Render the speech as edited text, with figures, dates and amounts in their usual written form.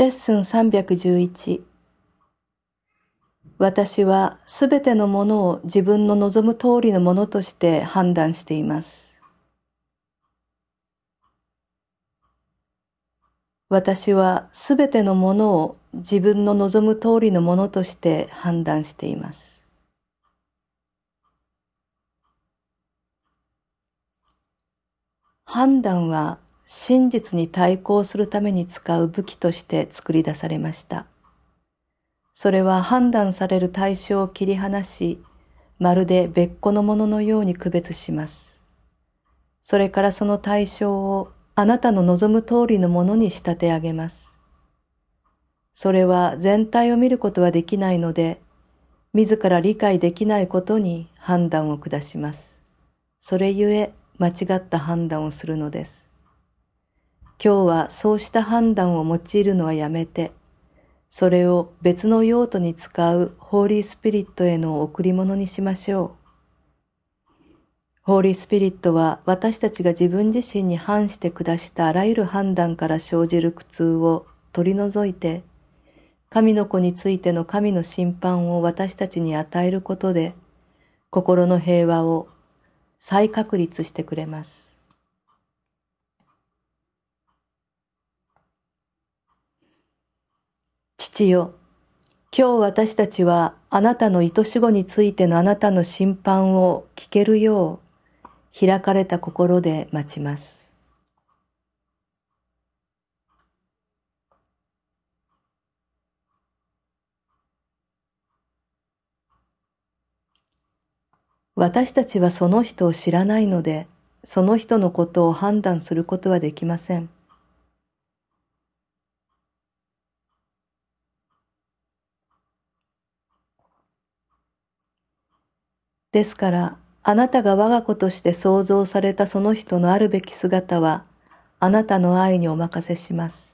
レッスン311。私はすべてのものを自分の望む通りのものとして判断しています。私はすべてのものを自分の望む通りのものとして判断しています。判断は真実に対抗するために使う武器として作り出されました。それは判断される対象を切り離し、まるで別個のもののように区別します。それからその対象をあなたの望む通りのものに仕立て上げます。それは全体を見ることはできないので、自ら理解できないことに判断を下します。それゆえ間違った判断をするのです。今日はそうした判断を用いるのはやめて、それを別の用途に使うホーリースピリットへの贈り物にしましょう。ホーリースピリットは私たちが自分自身に反して下したあらゆる判断から生じる苦痛を取り除いて、神の子についての神の審判を私たちに与えることで、心の平和を再確立してくれます。父よ、今日私たちはあなたの愛し子についてのあなたの審判を聞けるよう開かれた心で待ちます。私たちはその人を知らないので、その人のことを判断することはできません。ですから、あなたが我が子として創造されたその人のあるべき姿は、あなたの愛にお任せします。